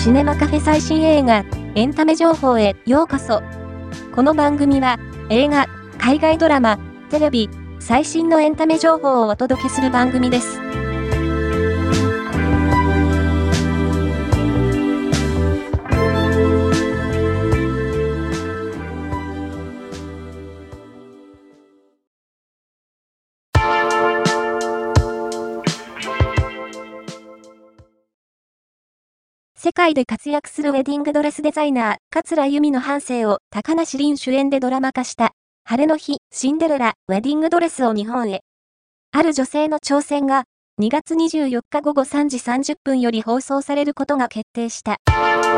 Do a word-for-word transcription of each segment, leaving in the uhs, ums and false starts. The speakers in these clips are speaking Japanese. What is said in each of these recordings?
シネマカフェ最新映画、エンタメ情報へようこそ。この番組は、映画、海外ドラマ、テレビ、最新のエンタメ情報をお届けする番組です。世界で活躍するウェディングドレスデザイナー、桂由美の半生を高梨臨主演でドラマ化した、晴れの日、シンデレラ、ウェディングドレスを日本へ。ある女性の挑戦が、にがつにじゅうよっかごごさんじさんじゅっぷんより放送されることが決定した。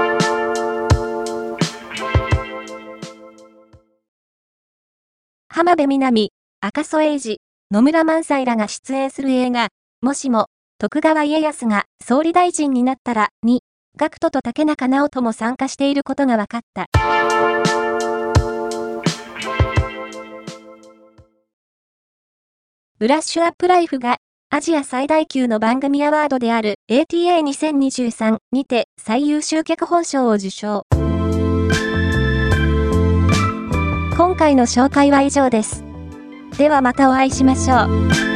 浜辺美波、赤楚衛二、野村萬斎らが出演する映画、もしも、徳川家康が総理大臣になったら、に、ガクトと竹中直人も参加していることが分かった。ブラッシュアップライフがアジア最大級の番組アワードである エーティーエーにせんにじゅうさん にて最優秀脚本賞を受賞。今回の紹介は以上です。ではまたお会いしましょう。